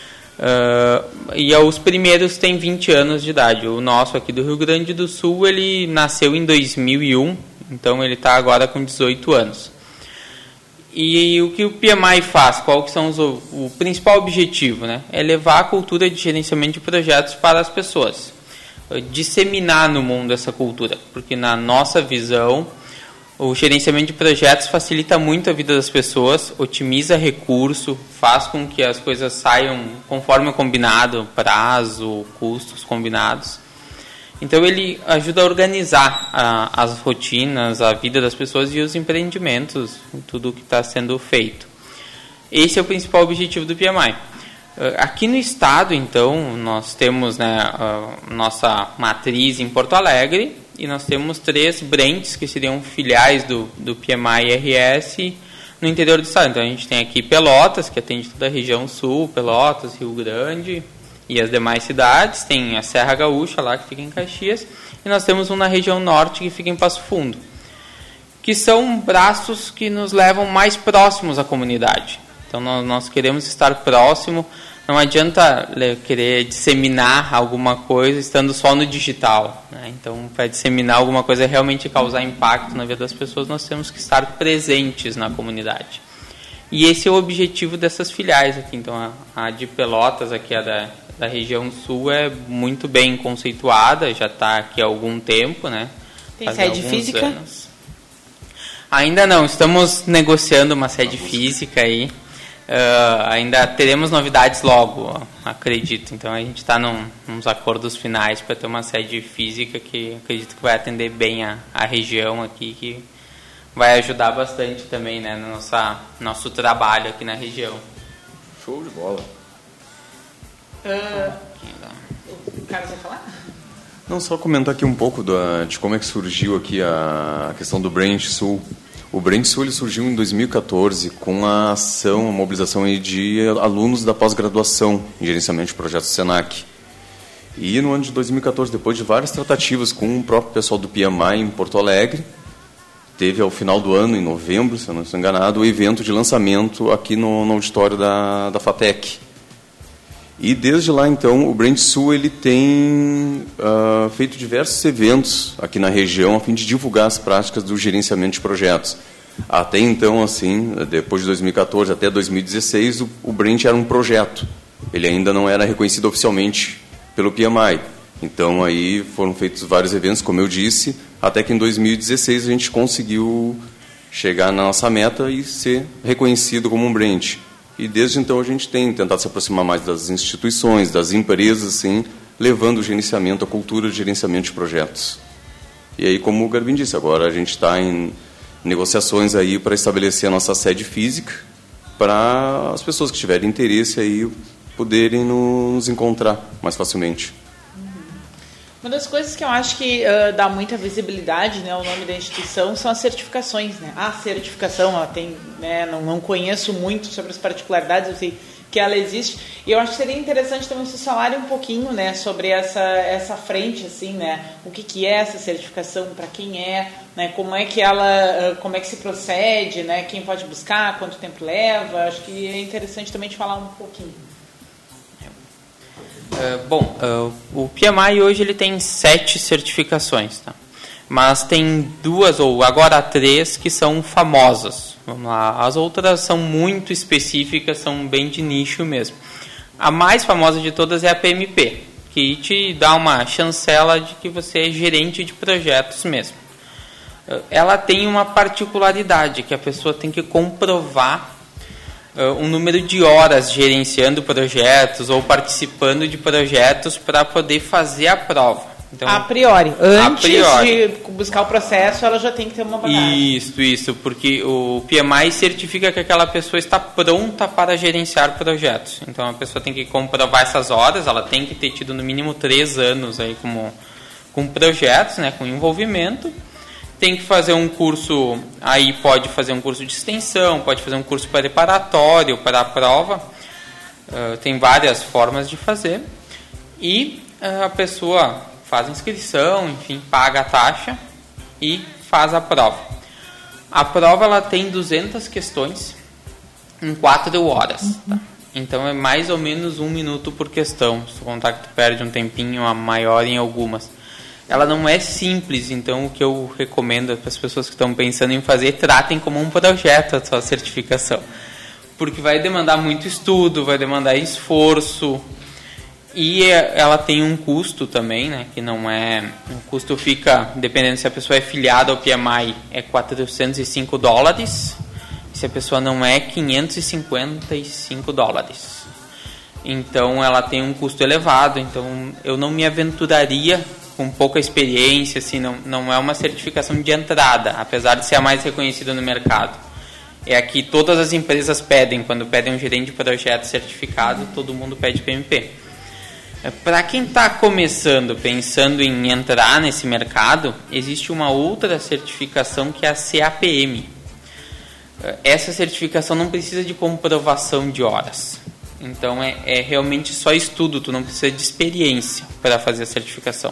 e os primeiros têm 20 anos de idade. O nosso aqui do Rio Grande do Sul, ele nasceu em 2001, então ele está agora com 18 anos. E o que o PMI faz? Qual que são o principal objetivo, né? É levar a cultura de gerenciamento de projetos para as pessoas. Disseminar no mundo essa cultura. Porque na nossa visão, o gerenciamento de projetos facilita muito a vida das pessoas, otimiza recurso, faz com que as coisas saiam conforme o combinado, prazo, custos combinados. Então ele ajuda a organizar as rotinas, a vida das pessoas e os empreendimentos, tudo o que está sendo feito. Esse é o principal objetivo do PMI. Aqui no estado, então, nós temos, né, nossa matriz em Porto Alegre e nós temos 3 Brents, que seriam filiais do PMI RS no interior do estado. Então a gente tem aqui Pelotas, que atende toda a região sul, Pelotas, Rio Grande e as demais cidades, tem a Serra Gaúcha lá, que fica em Caxias, e nós temos um na região norte, que fica em Passo Fundo, que são braços que nos levam mais próximos à comunidade. Então nós queremos estar próximo, não adianta querer disseminar alguma coisa estando só no digital, né? Então, para disseminar alguma coisa e realmente causar impacto na vida das pessoas, nós temos que estar presentes na comunidade. E esse é o objetivo dessas filiais aqui. Então, a de Pelotas, aqui a da região sul, é muito bem conceituada, já está aqui há algum tempo, né? Tem sede física? Anos. Ainda não, estamos negociando uma sede física aí. Ainda teremos novidades logo, acredito. Então a gente está nos acordos finais para ter uma sede física que acredito que vai atender bem a região aqui, que vai ajudar bastante também, né, no nosso trabalho aqui na região. Show de bola. O Carlos vai falar? Não, só comentar aqui um pouco de como é que surgiu aqui a questão do Brent Sul. O Brent Sul ele surgiu em 2014 com a mobilização aí de alunos da pós-graduação em gerenciamento de projetos Senac. E no ano de 2014, depois de várias tratativas com o próprio pessoal do PMI em Porto Alegre, teve ao final do ano, em novembro, se eu não estou enganado, o evento de lançamento aqui no auditório da FATEC. E desde lá, então, o Brand Sul ele tem feito diversos eventos aqui na região a fim de divulgar as práticas do gerenciamento de projetos. Até então, assim, depois de 2014 até 2016, o Brand era um projeto. Ele ainda não era reconhecido oficialmente pelo PMI. Então, aí foram feitos vários eventos, como eu disse, até que em 2016 a gente conseguiu chegar na nossa meta e ser reconhecido como um Brand. E desde então a gente tem tentado se aproximar mais das instituições, das empresas, assim, levando o gerenciamento, a cultura de gerenciamento de projetos. E aí, como o Garbin disse, agora a gente está em negociações aí para estabelecer a nossa sede física, para as pessoas que tiverem interesse aí poderem nos encontrar mais facilmente. Uma das coisas que eu acho que dá muita visibilidade, né, ao nome da instituição são as certificações, né? A certificação, ela tem, né, não conheço muito sobre as particularidades, eu sei que ela existe, e eu acho que seria interessante também vocês falarem um pouquinho, né, sobre essa frente, assim, né, o que é essa certificação, para quem é, né, como é que se procede, né, quem pode buscar, quanto tempo leva. Acho que é interessante também te falar um pouquinho. O PMI hoje ele tem 7 certificações, tá? Mas tem 2 ou agora 3 que são famosas. Vamos lá. As outras são muito específicas, são bem de nicho mesmo. A mais famosa de todas é a PMP, que te dá uma chancela de que você é gerente de projetos mesmo. Ela tem uma particularidade, que a pessoa tem que comprovar um número de horas gerenciando projetos ou participando de projetos para poder fazer a prova. Então, a priori. Antes de buscar o processo, ela já tem que ter uma bagagem. Isso, porque o PMI certifica que aquela pessoa está pronta para gerenciar projetos. Então, a pessoa tem que comprovar essas horas, ela tem que ter tido no mínimo 3 anos aí com projetos, né, com envolvimento. Tem que fazer um curso, aí pode fazer um curso de extensão, pode fazer um curso preparatório para a prova. Tem várias formas de fazer. E a pessoa faz inscrição, enfim, paga a taxa e faz a prova. A prova ela tem 200 questões em 4 horas. Tá? Então é mais ou menos 1 minuto por questão. Se contar que tu perde um tempinho a maior em algumas. Ela não é simples, então o que eu recomendo para as pessoas que estão pensando em fazer, tratem como um projeto a sua certificação. Porque vai demandar muito estudo, vai demandar esforço, e ela tem um custo também, né, que não é... O custo fica, dependendo se a pessoa é filiada ao PMI, é $405, se a pessoa não é, $555. Então ela tem um custo elevado, então eu não me aventuraria com pouca experiência, assim, não é uma certificação de entrada, apesar de ser a mais reconhecida no mercado. É a que todas as empresas pedem, quando pedem um gerente de projeto certificado, todo mundo pede PMP. Para quem está começando, pensando em entrar nesse mercado, existe uma outra certificação que é a CAPM. Essa certificação não precisa de comprovação de horas. Então é realmente só estudo, tu não precisa de experiência para fazer a certificação.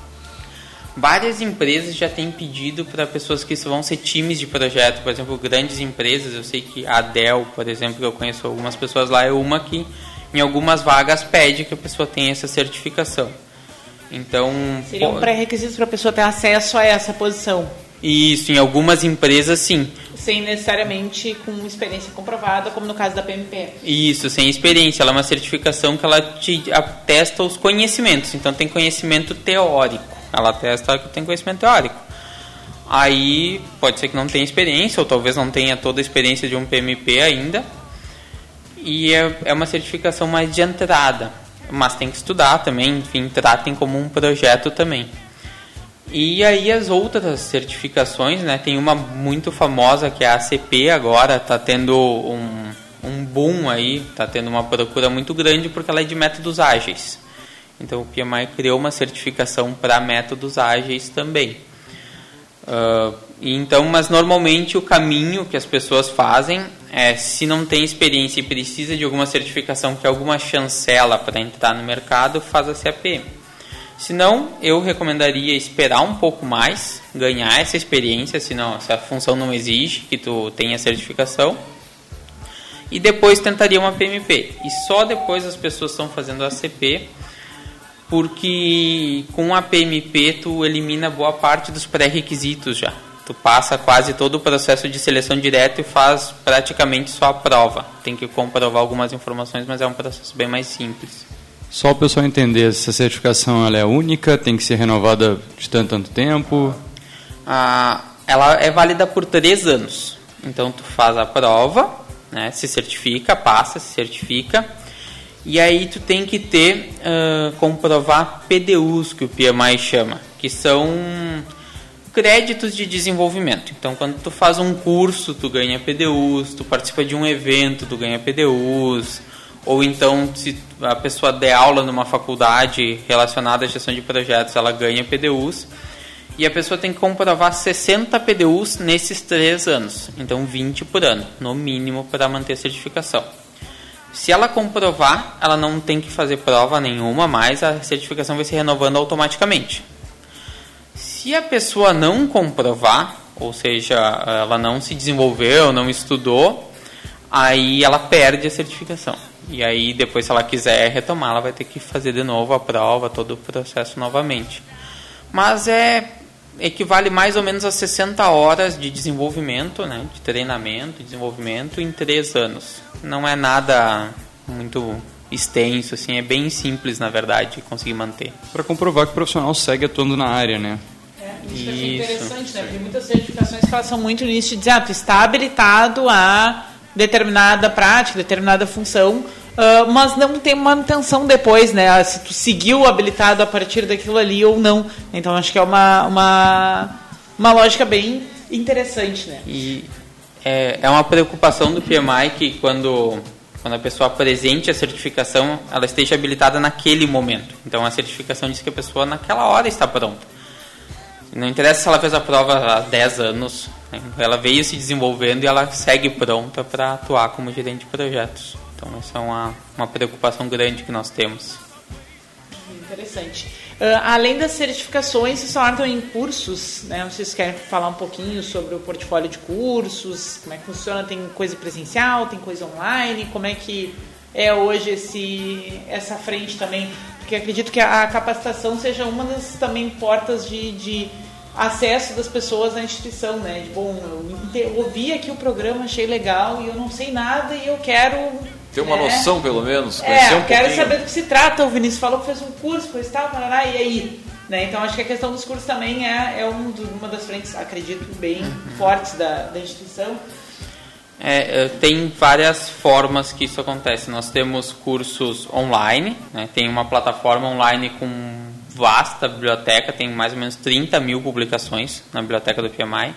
Várias empresas já têm pedido para pessoas que vão ser times de projeto, por exemplo, grandes empresas. Eu sei que a Dell, por exemplo, que eu conheço algumas pessoas lá, é uma que em algumas vagas pede que a pessoa tenha essa certificação. Então, seriam pré-requisitos para a pessoa ter acesso a essa posição? Isso, em algumas empresas sim. Sem necessariamente com experiência comprovada, como no caso da PMP. Isso, sem experiência. Ela é uma certificação que ela te atesta os conhecimentos. Então tem conhecimento teórico. Ela atesta que tem conhecimento teórico. Aí pode ser que não tenha experiência, ou talvez não tenha toda a experiência de um PMP ainda. E é uma certificação mais de entrada. Mas tem que estudar também, enfim, tratem como um projeto também. E aí as outras certificações, né, tem uma muito famosa que é a ACP agora, está tendo um boom aí, está tendo uma procura muito grande porque ela é de métodos ágeis. Então o PMI criou uma certificação para métodos ágeis também. Então, mas normalmente o caminho que as pessoas fazem é, se não tem experiência e precisa de alguma certificação que é alguma chancela para entrar no mercado, faz a CAPM. Se não, eu recomendaria esperar um pouco mais, ganhar essa experiência, se a função não exige que tu tenha certificação, e depois tentaria uma PMP. E só depois as pessoas estão fazendo a CP, porque com a PMP tu elimina boa parte dos pré-requisitos já. Tu passa quase todo o processo de seleção direta e faz praticamente só a prova. Tem que comprovar algumas informações, mas é um processo bem mais simples. Só o pessoal entender, essa certificação ela é única, tem que ser renovada de tanto tempo? Ela é válida por 3 anos. Então tu faz a prova, né, se certifica, passa, se certifica, e aí tu tem que comprovar PDUs, que o PMI chama, que são créditos de desenvolvimento. Então, quando tu faz um curso, tu ganha PDUs, tu participa de um evento, tu ganha PDUs, ou então, se a pessoa der aula numa faculdade relacionada à gestão de projetos, ela ganha PDUs, e a pessoa tem que comprovar 60 PDUs nesses 3 anos, então 20 por ano, no mínimo, para manter a certificação. Se ela comprovar, ela não tem que fazer prova nenhuma, mas a certificação vai se renovando automaticamente. Se a pessoa não comprovar, ou seja, ela não se desenvolveu, não estudou, aí ela perde a certificação. E aí depois, se ela quiser retomar, ela vai ter que fazer de novo a prova, todo o processo novamente. Mas equivale mais ou menos a 60 horas de desenvolvimento, né, de treinamento, de desenvolvimento em 3 anos. Não é nada muito extenso, assim, é bem simples, na verdade, conseguir manter. Para comprovar que o profissional segue atuando na área, né? Isso é interessante, né? Porque muitas certificações que elas são muito nisso de dizer, tu está habilitado a determinada prática, determinada função, mas não tem manutenção depois, né? Se tu seguiu habilitado a partir daquilo ali ou não. Então, acho que é uma lógica bem interessante, né? E é uma preocupação do PMI que quando a pessoa apresente a certificação, ela esteja habilitada naquele momento. Então, a certificação diz que a pessoa naquela hora está pronta. Não interessa se ela fez a prova há 10 anos, né? Ela veio se desenvolvendo e ela segue pronta para atuar como gerente de projetos. Então, essa é uma preocupação grande que nós temos. Interessante. Além das certificações, vocês falaram em cursos, né? Vocês querem falar um pouquinho sobre o portfólio de cursos, como é que funciona? Tem coisa presencial, tem coisa online? Como é que é hoje essa frente também? Porque acredito que a capacitação seja uma das também portas de acesso das pessoas à instituição, né? Eu ouvi aqui o programa, achei legal e eu não sei nada e eu quero ter uma noção, pelo menos, conhecer um quero pouquinho. saber do que se trata. O Vinícius falou que fez um curso, coisa e tal, parará, e aí? Né? Então, acho que a questão dos cursos também é uma das frentes, acredito, bem fortes da instituição. Tem várias formas que isso acontece. Nós temos cursos online, né? Tem uma plataforma online com vasta biblioteca, tem mais ou menos 30 mil publicações na biblioteca do PMI.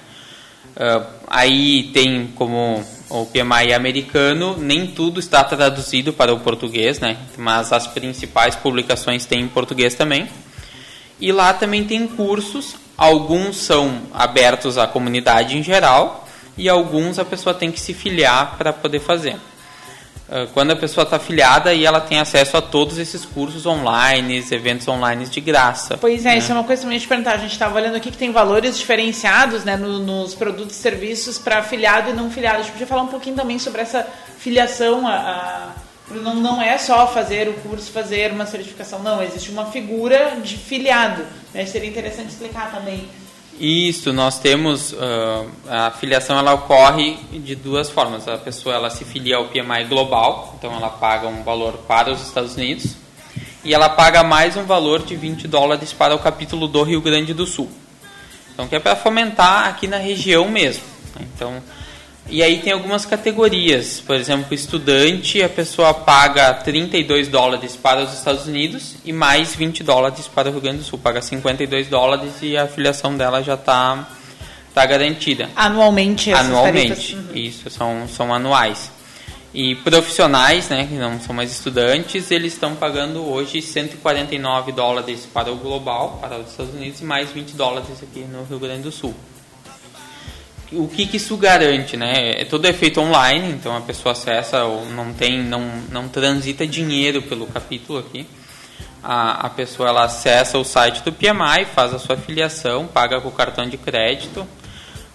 Aí tem, como o PMI é americano, nem tudo está traduzido para o português, né? Mas as principais publicações têm em português também. E lá também tem cursos, alguns são abertos à comunidade em geral e alguns a pessoa tem que se filiar para poder fazer. Quando a pessoa está afiliada, aí ela tem acesso a todos esses cursos online, eventos online de graça. Pois é, né? Isso é uma coisa também de perguntar. A gente estava olhando aqui que tem valores diferenciados, né, nos produtos e serviços para afiliado e não afiliado. A gente podia falar um pouquinho também sobre essa filiação. Não é só fazer o curso, fazer uma certificação, não. Existe uma figura de filiado, né? Seria interessante explicar também. Isso, nós temos, a filiação ela ocorre de 2 formas. A pessoa ela se filia ao PMI global, então ela paga um valor para os Estados Unidos e ela paga mais um valor de $20 para o capítulo do Rio Grande do Sul. Então, que é para fomentar aqui na região mesmo. Então, e aí tem algumas categorias, por exemplo, estudante, a pessoa paga $32 para os Estados Unidos e mais $20 para o Rio Grande do Sul, paga $52 e a afiliação dela já está garantida. Anualmente? Anualmente, isso, são anuais. E profissionais, né, que não são mais estudantes, eles estão pagando hoje $149 para o global, para os Estados Unidos, e mais $20 aqui no Rio Grande do Sul. O que isso garante, né? Tudo é feito online, então a pessoa acessa, ou não transita dinheiro pelo capítulo aqui. A pessoa ela acessa o site do PMI, faz a sua filiação, paga com o cartão de crédito.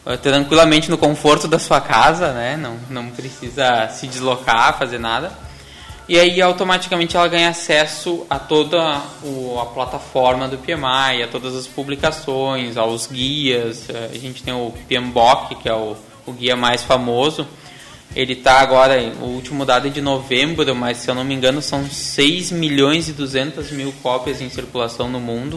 tranquilamente no conforto da sua casa, né? Não precisa se deslocar, fazer nada. E aí automaticamente ela ganha acesso a toda a plataforma do PMI, a todas as publicações, aos guias. A gente tem o PMBOK, que é o guia mais famoso. Ele está agora, o último dado é de novembro, mas se eu não me engano são 6.200.000 cópias em circulação no mundo.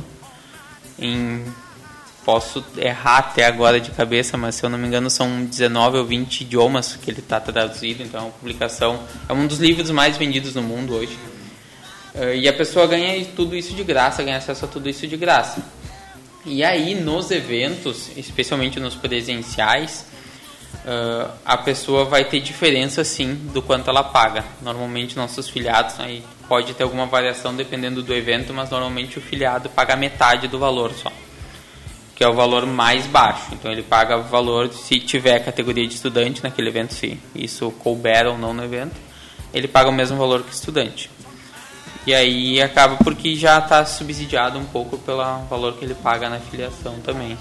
Posso errar até agora de cabeça, mas se eu não me engano são 19 ou 20 idiomas que ele está traduzido. Então é uma publicação, é um dos livros mais vendidos no mundo hoje. E a pessoa ganha tudo isso de graça, ganha acesso a tudo isso de graça. E aí nos eventos, especialmente nos presenciais, a pessoa vai ter diferença sim do quanto ela paga. Normalmente nossos filiados, aí pode ter alguma variação dependendo do evento, mas normalmente o filiado paga metade do valor só, que é o valor mais baixo. Então ele paga o valor, se tiver categoria de estudante naquele evento, se isso couber ou não no evento, ele paga o mesmo valor que estudante. E aí acaba porque já está subsidiado um pouco pelo valor que ele paga na filiação também.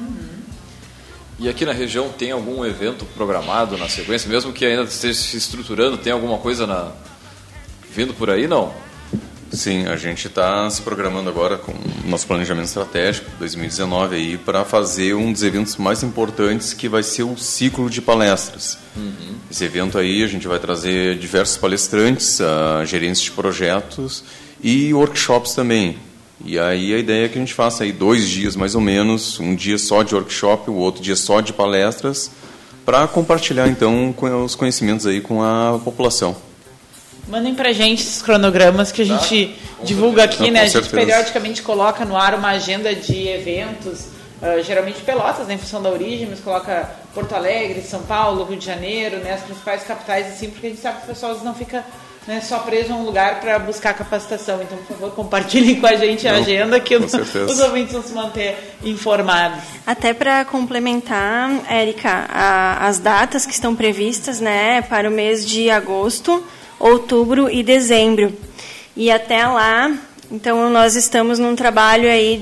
E aqui na região tem algum evento programado na sequência, mesmo que ainda esteja se estruturando, tem alguma coisa vindo por aí, não? Sim, a gente está se programando agora com o nosso planejamento estratégico 2019 aí para fazer um dos eventos mais importantes, que vai ser o ciclo de palestras. Esse evento aí a gente vai trazer diversos palestrantes, gerentes de projetos e workshops também. E aí a ideia é que a gente faça aí 2 dias mais ou menos, um dia só de workshop, o outro dia só de palestras, para compartilhar então os conhecimentos aí com a população. Mandem pra gente esses cronogramas que a gente divulga aqui, né? A gente periodicamente coloca no ar uma agenda de eventos, geralmente Pelotas, né, em função da origem, mas coloca Porto Alegre, São Paulo, Rio de Janeiro, né, as principais capitais, assim, porque a gente sabe que o pessoal não fica, né, só preso a um lugar para buscar capacitação. Então, por favor, compartilhem com a gente a agenda, que os ouvintes vão se manter informados. Até para complementar, Érica, as datas que estão previstas, né, para o mês de agosto, outubro e dezembro. E até lá, então, nós estamos num trabalho aí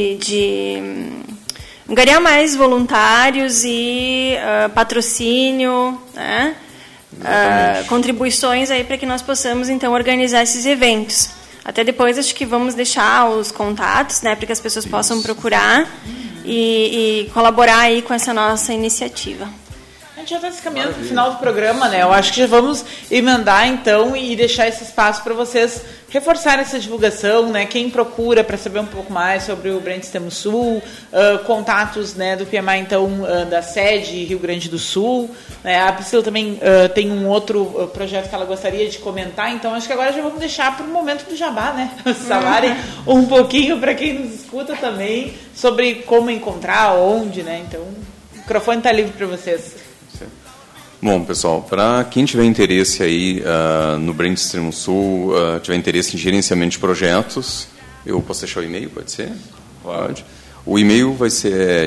de angariar mais voluntários e patrocínio, né? Contribuições aí para que nós possamos então organizar esses eventos. Até depois acho que vamos deixar os contatos, né, para que as pessoas possam procurar e colaborar aí com essa nossa iniciativa. A gente já está se caminhando para o final do programa, né? Eu acho que já vamos emendar, então, e deixar esse espaço para vocês reforçarem essa divulgação, né? Quem procura para saber um pouco mais sobre o Brand Sistema Sul, contatos, né, do PMI, então, da sede Rio Grande do Sul. Né? A Priscila também tem um outro projeto que ela gostaria de comentar, então acho que agora já vamos deixar para o momento do jabá, né? Falarem um pouquinho para quem nos escuta também sobre como encontrar, onde, né? Então, o microfone está livre para vocês. Bom, pessoal, para quem tiver interesse aí no Brand Extremo Sul, tiver interesse em gerenciamento de projetos, eu posso deixar o e-mail, pode ser? Pode. O e-mail vai ser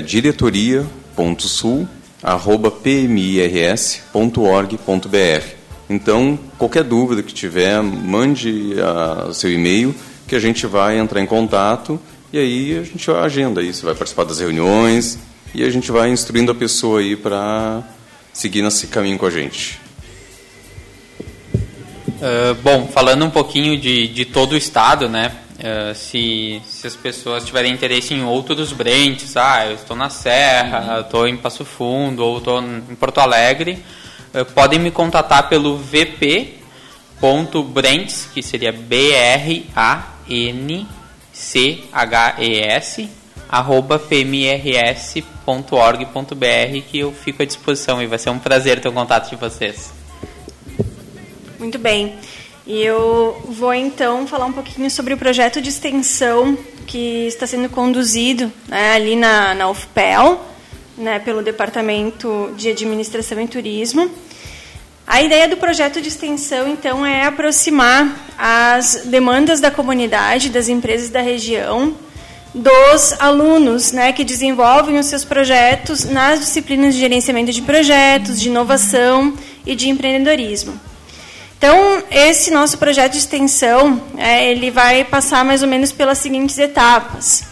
diretoria.sul@pmirs.org.br. Então, qualquer dúvida que tiver, mande o seu e-mail, que a gente vai entrar em contato e aí a gente agenda aí, você vai participar das reuniões e a gente vai instruindo a pessoa aí para seguir nesse caminho com a gente. Bom, falando um pouquinho de todo o estado, né? Se as pessoas tiverem interesse em outros brands, eu estou na Serra, estou em Passo Fundo ou estou em Porto Alegre, podem me contatar pelo vp.brands, que seria BRANCHES, @pmrs.org.br, que eu fico à disposição e vai ser um prazer ter o contato de vocês. Muito bem. E eu vou então falar um pouquinho sobre o projeto de extensão que está sendo conduzido, né, ali na UFPEL, né, pelo Departamento de Administração e Turismo. A ideia do projeto de extensão, então, é aproximar as demandas da comunidade, das empresas da região, dos alunos, né, que desenvolvem os seus projetos nas disciplinas de gerenciamento de projetos, de inovação e de empreendedorismo. Então, esse nosso projeto de extensão, ele vai passar mais ou menos pelas seguintes etapas.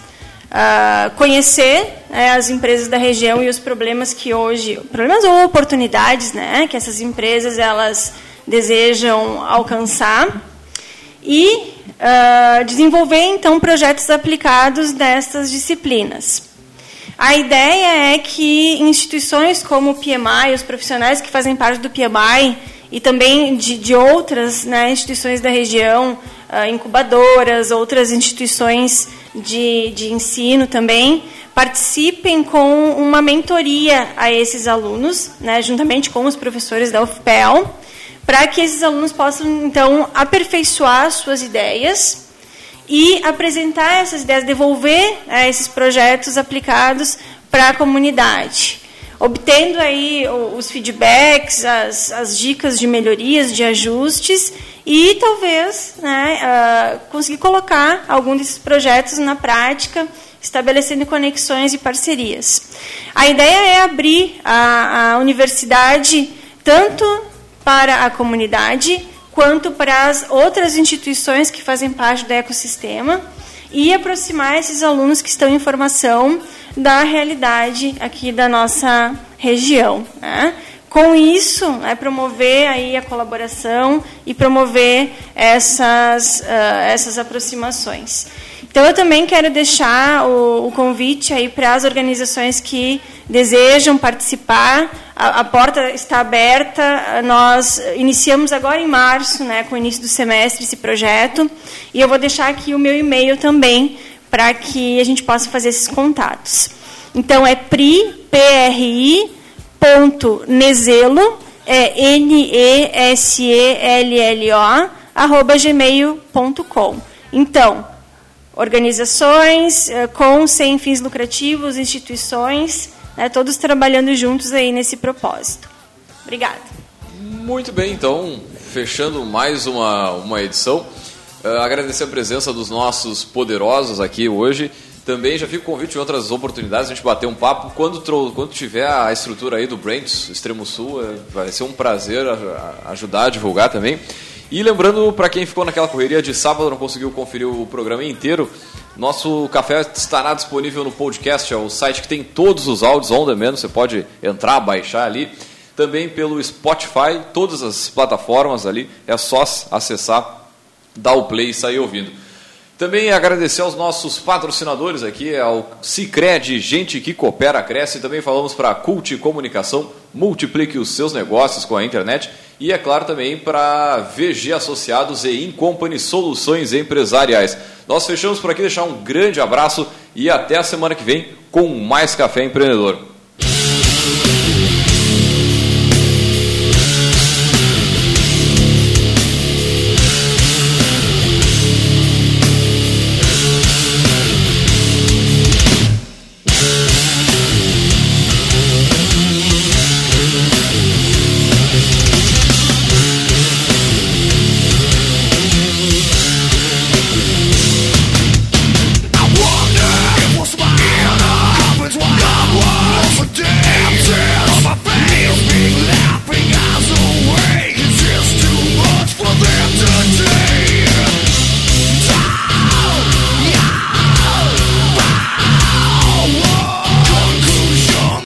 conhecer as empresas da região e os problemas que hoje, problemas ou oportunidades, né, que essas empresas elas desejam alcançar e desenvolver então projetos aplicados destas disciplinas. A ideia é que instituições como o PMI, os profissionais que fazem parte do PMI e também de outras, né, instituições da região, incubadoras, outras instituições de ensino também, participem com uma mentoria a esses alunos, né, juntamente com os professores da UFPEL, para que esses alunos possam, então, aperfeiçoar suas ideias e apresentar essas ideias, devolver esses projetos aplicados para a comunidade, obtendo aí os feedbacks, as dicas de melhorias, de ajustes e talvez, né, conseguir colocar algum desses projetos na prática, estabelecendo conexões e parcerias. A ideia é abrir a universidade tanto para a comunidade quanto para as outras instituições que fazem parte do ecossistema e aproximar esses alunos que estão em formação da realidade aqui da nossa região, né? Com isso, promover aí a colaboração e promover essas aproximações. Então, eu também quero deixar o convite aí para as organizações que desejam participar. A porta está aberta. Nós iniciamos agora em março, né, com o início do semestre, esse projeto. E eu vou deixar aqui o meu e-mail também, para que a gente possa fazer esses contatos. Então, é pri.nezelo, nesello@gmail.com. Então, organizações com sem fins lucrativos, instituições, né, todos trabalhando juntos aí nesse propósito. Obrigada. Muito bem, então, fechando mais uma edição, agradecer a presença dos nossos poderosos aqui hoje. Também já fica o convite em outras oportunidades, a gente bater um papo. Quando tiver a estrutura aí do Brands Extremo Sul, vai ser um prazer ajudar a divulgar também. E lembrando, para quem ficou naquela correria de sábado, não conseguiu conferir o programa inteiro, nosso café estará disponível no podcast, é o site que tem todos os áudios on demand, você pode entrar, baixar ali. Também pelo Spotify, todas as plataformas ali, é só acessar, dar o play e sair ouvindo. Também agradecer aos nossos patrocinadores aqui, ao Sicredi, gente que coopera, cresce. Também falamos para a Cult Comunicação, multiplique os seus negócios com a internet. E, é claro, também para VG Associados e Incompany Soluções Empresariais. Nós fechamos por aqui, deixar um grande abraço e até a semana que vem com mais Café Empreendedor.